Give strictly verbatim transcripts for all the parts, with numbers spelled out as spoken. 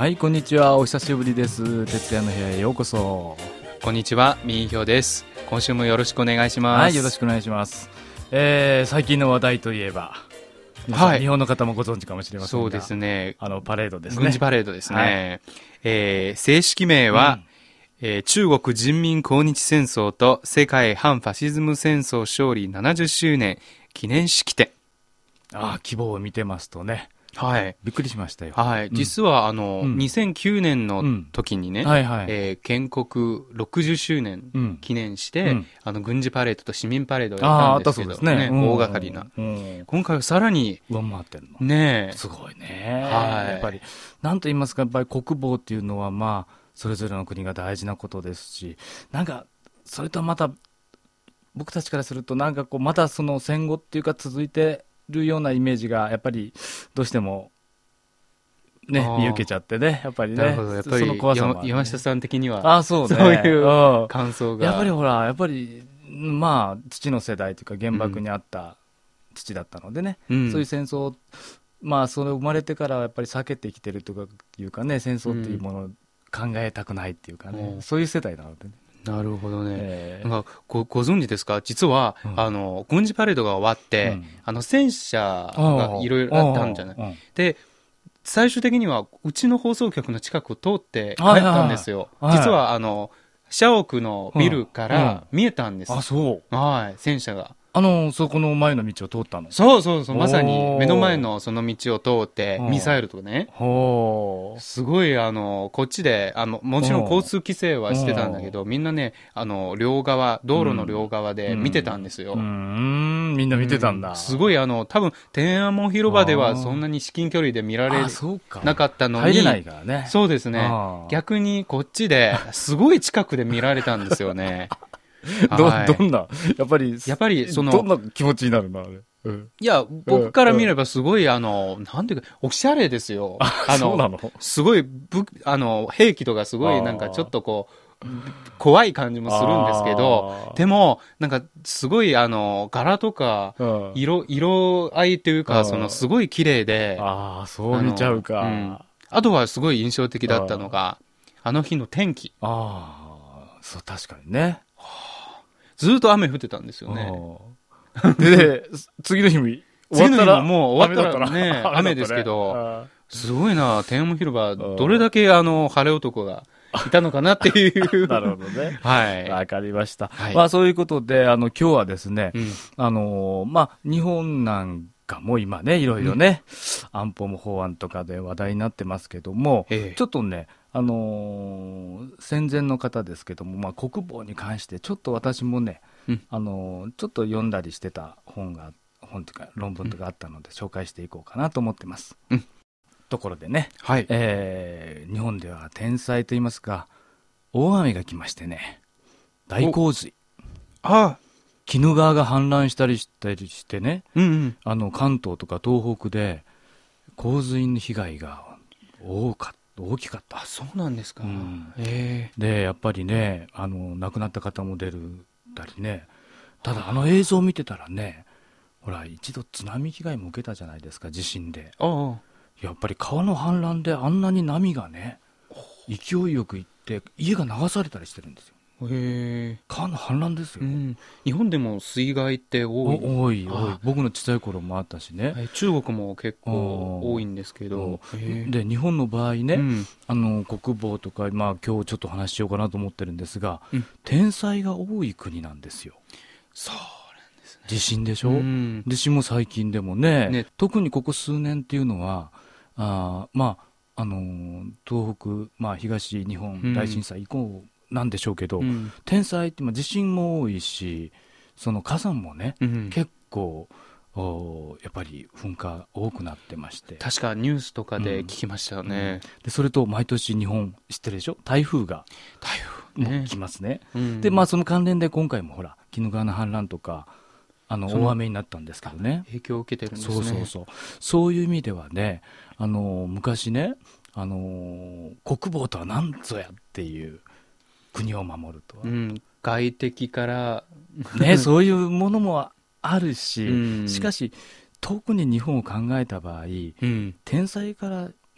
はい、こんにちは。お久しぶりです。徹夜の部屋へようこそ。 こんにちは、みーひょうです。今週もよろしくお願いします。 はい、よろしくお願いします。えー、最近の話題といえば、はい、日本の方もご存知かもしれませんが、 そうですね、 あのパレードですね。 軍事パレードですね。はい、えー、正式名は、うんえー、中国人民抗日戦争と世界反ファシズム戦争勝利ななじゅっしゅうねん記念式典。 ああ、規模を見てますとね。 はい、 びっくりしましたよ。 はい、うん、実はあの、うん、にせんきゅうねんの時にね、うんはいはいえー、建国ろくじゅっしゅうねん記念して、うん、あの軍事パレードと市民パレードをやったんですけど、ねね、大掛かりな、うん、今回はさらに上回ってるのねすごいね、はい、やっぱりなんと言いますか、やっぱり国防っていうのはまあそれぞれの国が大事なことですし、なんかそれとはまた僕たちからするとなんかこうまたその戦後っていうか続いてるようなイメージがやっぱりどうしてもね、見受けちゃってね、やっぱりね。 なるほど、やっぱり、その怖さもあるね、山下さん的には、 あそうね、 そういう感想が。 やっぱりほら、やっぱり、まあ、父の世代というか原爆にあった父だったのでね、うん、そういう戦争、まあ、それ生まれてからやっぱり避けてきてるというかね、戦争っていうものを考えたくないっていうかね、うん、そういう世代なのでね。 なるほどね。えー、なんか ご, ご存知ですか、実は、うん、あの軍事パレードが終わって、うん、あの戦車がいろいろあったんじゃない。で最終的にはうちの放送局の近くを通って帰ったんですよ。はいはいはい、実はあの社屋のビルから見えたんです。 うんうん、あそう、 はい、戦車が。 あのそこの前の道を通ったの。 そうそうそう、まさに目の前のその道を通ってミサイルとかね、すごいあのこっちであのもちろん交通規制はしてたんだけど、みんなねあの両側道路の両側で見てたんですよ。 うんうん、うんみんな見てたんだ。うん、 すごいあの多分天安門広場ではそんなに至近距離で見られなかったのに、 入れないからね。 そうですね。逆にこっちですごい近くで見られたんですよね。 ど, どんなやっぱりやっぱりそのどんな気持ちになるのあれ、うん、 いや僕から見ればすごいあのなんていうかおしゃれですよ。 あのそうなのすごいぶあの兵器とかすごいなんかちょっとこう怖い感じもするんですけど、でもなんかすごいあの柄とか色色合いというかそのすごい綺麗で、 ああそう見ちゃうか。あ,、うん、 あとはすごい印象的だったのがあの日の天気。 ああそう確かにね。 ずっと雨降ってたんですよね。 で、次の日も終わったらもう終わったらね、雨ですけど、すごいな、天安門広場、どれだけあの晴れ男がいたのかなっていう。 なるほどね。 はい。 わかりました。はい、まあそういうことで、あの今日はですね、うん、あのまあ日本なんかも今ね、いろいろね、うん、安保も法案とかで話題になってますけども、ええ、ちょっとね。あのー、戦前の方ですけども、まあ、国防に関してちょっと私もね、うん、あのー、ちょっと読んだりしてた本が本というか論文とかあったので紹介していこうかなと思ってます、うん、ところでね、はいえー、日本では天災といいますか大雨が来ましてね、大洪水、ああ鬼怒川が氾濫したりしたりしてね、うんうん、あの関東とか東北で洪水の被害が多かった大きかった。 あ、そうなんですか、うん、 えー、でやっぱりねあの亡くなった方も出るたりね。ただあの映像を見てたらね、ほら一度津波被害も受けたじゃないですか、地震で。ああやっぱり川の氾濫であんなに波がね勢いよくいって家が流されたりしてるんですよ。へ川の氾濫ですよ、うん、 日本でも水害って多い多い多い。僕の小さい頃もあったしね、 中国も結構多いんですけど、 で日本の場合ね、うん、あの国防とか、まあ、今日ちょっと話しようかなと思ってるんですが、うん、天災が多い国なんですよ。 そうなんですね。 地震でしょ、うん、地震も最近でも ね, ね特にここ数年っていうのはあ、まああのー、東北、まあ、東日本大震災以降、なんでしょうけど、うん、天災って地震も多いしその火山もね、うん、結構やっぱり噴火多くなってまして、 確かニュースとかで聞きましたよね、うんうん、 でそれと毎年日本知ってるでしょ、台風が台風、ね、来ますね、うん、でまあその関連で今回もほら鬼怒川の氾濫とかあの大雨になったんですけどね、 影響を受けてるんですね。 そうそうそう、そういう意味ではね、あの昔ね、あの国防とは何ぞやっていう国を守るとは、うん、 外敵からねそういうものもあるし、うん、しかし特に日本を考えた場合、うん、天災から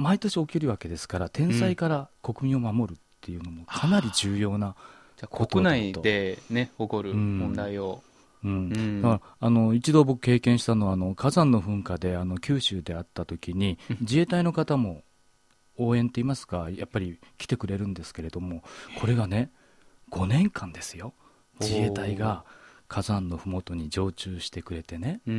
毎年起きるわけですから、天災から国民を守るっていうのもかなり重要なことだと、 国内で、ね、起こる問題を、 うんうん、だからあの一度僕経験したのはあの火山の噴火であの九州であった時に自衛隊の方も応援といいますかやっぱり来てくれるんですけれども、これがねごねんかんですよ、自衛隊が火山のふもとに常駐してくれてね、うん、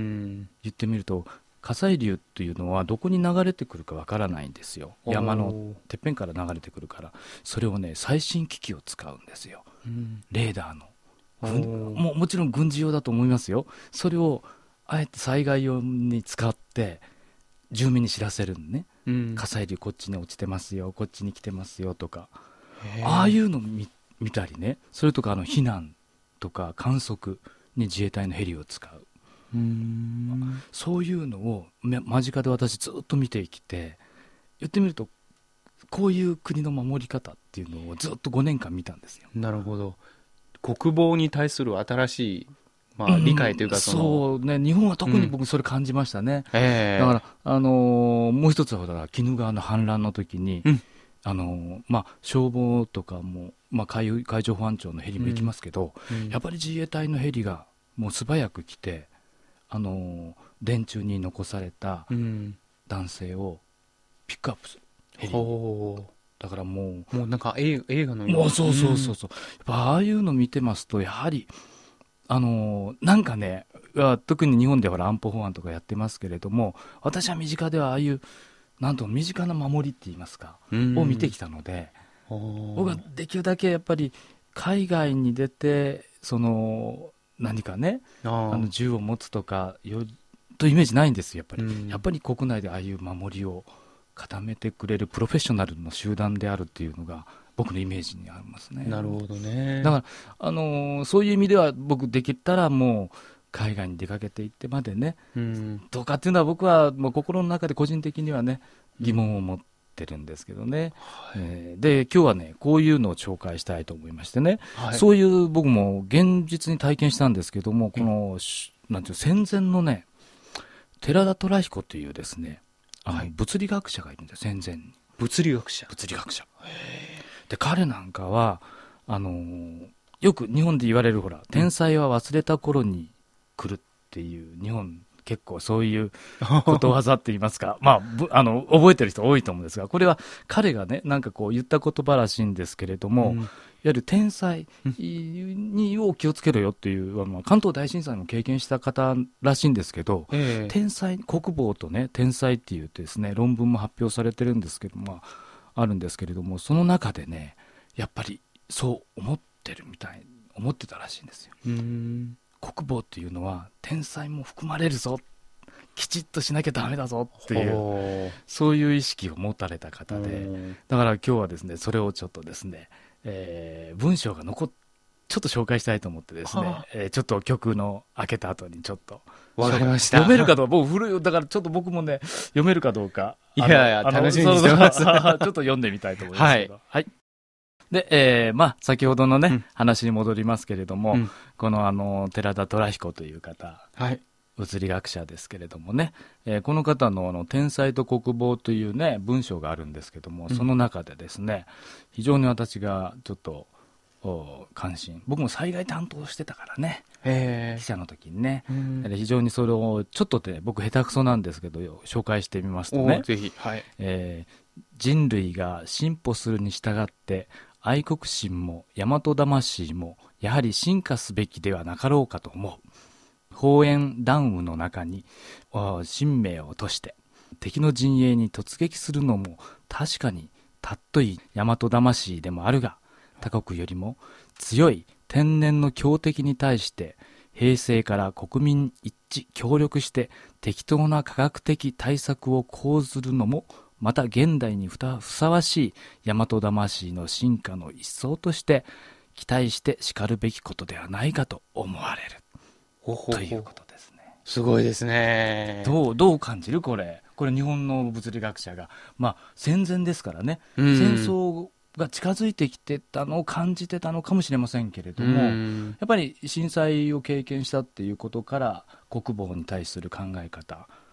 言ってみると火砕流っていうのはどこに流れてくるかわからないんですよ。山のてっぺんから流れてくるから、それをね最新機器を使うんですよ、うん、レーダーのも, もちろん軍事用だと思いますよ。それをあえて災害用に使って住民に知らせるのね、うん、火砕流こっちに落ちてますよ、こっちに来てますよとか、ああいうのを 見, 見たりね、それとかあの避難とか観測に自衛隊のヘリを使う、うーんそういうのを間近で私ずっと見てきて、言ってみるとこういう国の守り方っていうのをずっとごねんかん見たんですよ。 なるほど。国防に対する新しい、まあ、理解というか、 その、うん、そうね、日本は特に僕それ感じましたね、うんえー、だから、あのー、もう一つはだから鬼怒川の氾濫の時に、うんあのーまあ、消防とかも、まあ、海, 海上保安庁のヘリも行きますけど、うん、やっぱり自衛隊のヘリがもう素早く来て、あのー、電柱に残された男性をピックアップするヘリ、うんだからもう、 もうなんか映画のような。 もうそうそうそうそう、うん、やっぱああいうの見てますと、やはり、あのー、なんかね、特に日本でほら安保法案とかやってますけれども、私は身近ではああいう、なんと身近な守りって言いますか、うん、を見てきたので、僕はできるだけやっぱり海外に出て、その、何かね、ああの銃を持つとか、よとイメージないんですよ、やっぱり。うん、やっぱり国内でああいう守りを固めてくれるプロフェッショナルの集団であるっていうのが僕のイメージにありますね。 なるほどね。 だから、あのー、そういう意味では僕できたらもう海外に出かけていってまでね、うん、どうかっていうのは僕はもう心の中で個人的にはね疑問を持ってるんですけどね、うんえー、で今日はねこういうのを紹介したいと思いましてね、はい、そういう僕も現実に体験したんですけども、この、うん、なんていう戦前のね寺田虎彦というですねあの物理学者がいるんです、戦前に。 物理学者物理学者で、彼なんかはあのー、よく日本で言われるほら、天才は忘れた頃に来るっていう、日本結構そういうことわざって言いますかまあ、あの覚えてる人多いと思うんですが、これは彼がねなんかこう言った言葉らしいんですけれども、うん、いわゆる天災にを気をつけろよっていう、まあ、関東大震災も経験した方らしいんですけど、えー、天災国防とね天災っていうですね論文も発表されてるんですけど、まあ、あるんですけれども、その中でねやっぱりそう思ってるみたい思ってたらしいんですよ。うーん国防っていうのは天災も含まれるぞ、きちっとしなきゃダメだぞっていうそういう意識を持たれた方で、だから今日はですねそれをちょっとですね、えー、文章が残っちょっと紹介したいと思ってですね、えー、ちょっと曲の開けた後にちょっとわかりました。 読めるかどうか、僕古いだからちょっと僕もね読めるかどうか、 いやいや楽しみにしてます。 ちょっと読んでみたいと思いますけど、はい、はいで、えー、まあ、先ほどのね、うん、話に戻りますけれども、うん、このあの、寺田虎彦という方、はい、物理学者ですけれどもね、えー、この方のあの、天才と国防というね、文章があるんですけども、その中でですね、うん、非常に私がちょっと、関心、僕も災害担当してたからね、記者の時にね、うん、非常にそれを、ちょっとね、僕下手くそなんですけど、紹介してみますとね、 ぜひ、はい、 えー、人類が進歩するに従って、愛国心も大和魂もやはり進化すべきではなかろうかと思う。砲煙弾雨の中に神命を落として敵の陣営に突撃するのも確かに尊い大和魂でもあるが、他国よりも強い天然の強敵に対して平成から国民一致協力して適当な科学的対策を講ずるのもまた現代にふさわしい大和魂の進化の一層として期待してしかるべきことではないかと思われるほほほということですね。 すごいですね。 どう、どう感じるこれ。これ日本の物理学者が、まあ戦前ですからね、戦争が近づいてきてたのを感じてたのかもしれませんけれども、やっぱり震災を経験したっていうことから国防に対する考え方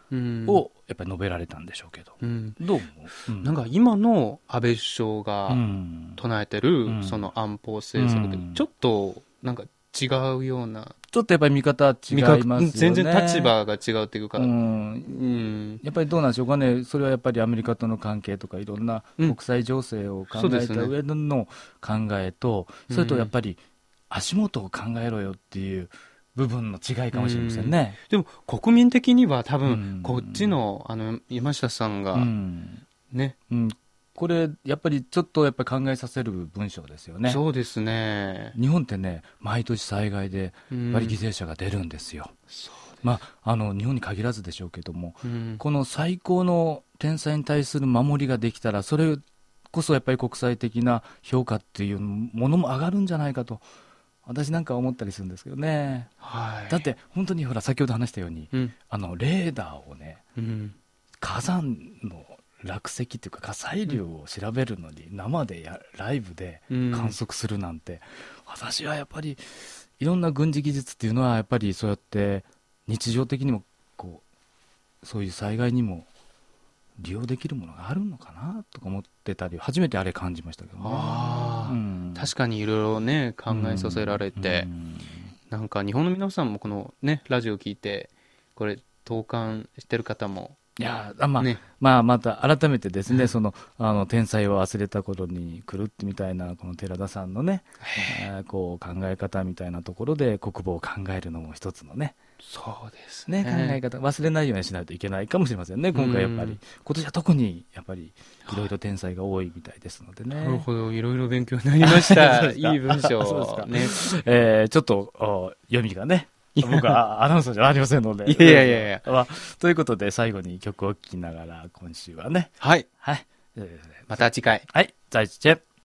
をやっぱり述べられたんでしょうけど、うん、どう思う、うん、 なんか今の安倍首相が唱えてるその安保政策でちょっとなんか違うような、 ちょっとやっぱり見方違いますよね。 全然立場が違うっていうか、うんうん、やっぱりどうなんでしょうかね。それはやっぱりアメリカとの関係とかいろんな国際情勢を考えた上での考えと、そ, ね、それとやっぱり足元を考えろよっていう部分の違いかもしれませんね。 でも国民的には多分こっちの、あの山下さんが、うんね、 うん、これやっぱりちょっとやっぱり考えさせる文章ですよね。 そうですね。 日本ってね、毎年災害で割り犠牲者が出るんですよ。そうです。まあ、あの日本に限らずでしょうけども、うん、この最高の天災に対する守りができたら、それこそやっぱり国際的な評価っていうものも上がるんじゃないかと私なんか思ったりするんですけどね、はい、だって本当にほら先ほど話したように、うん、あのレーダーをね、うん、火山の落石っていうか火砕流を調べるのに生でやライブで観測するなんて、うん、私はやっぱりいろんな軍事技術っていうのはやっぱりそうやって日常的にもこうそういう災害にも利用できるものがあるのかなとか思ってたり、初めてあれ感じましたけどね。 あ、うん、確かにいろいろね考えさせられて、うん、なんか日本の皆さんもこのねラジオ聞いてこれ同感してる方もいやあ、まあね、まあ、また改めてですね、そのあの天才を忘れた頃に来るってみたいなこの寺田さんのね、えー、こう考え方みたいなところで国防を考えるのも一つのね、 そうですね、 ね、考え方忘れないようにしないといけないかもしれませんね。今回やっぱり今年は特にやっぱりいろいろ天才が多いみたいですのでね。 なるほど、いろいろ勉強になりましたいい文章そうですか、ねえー、ちょっと読みがね僕はアナウンサーじゃありませんので。 いやいやいや、 まあ、ということで最後に曲を聴きながら今週はね。 はい。 はい。 また次回。 はい。在地チェン。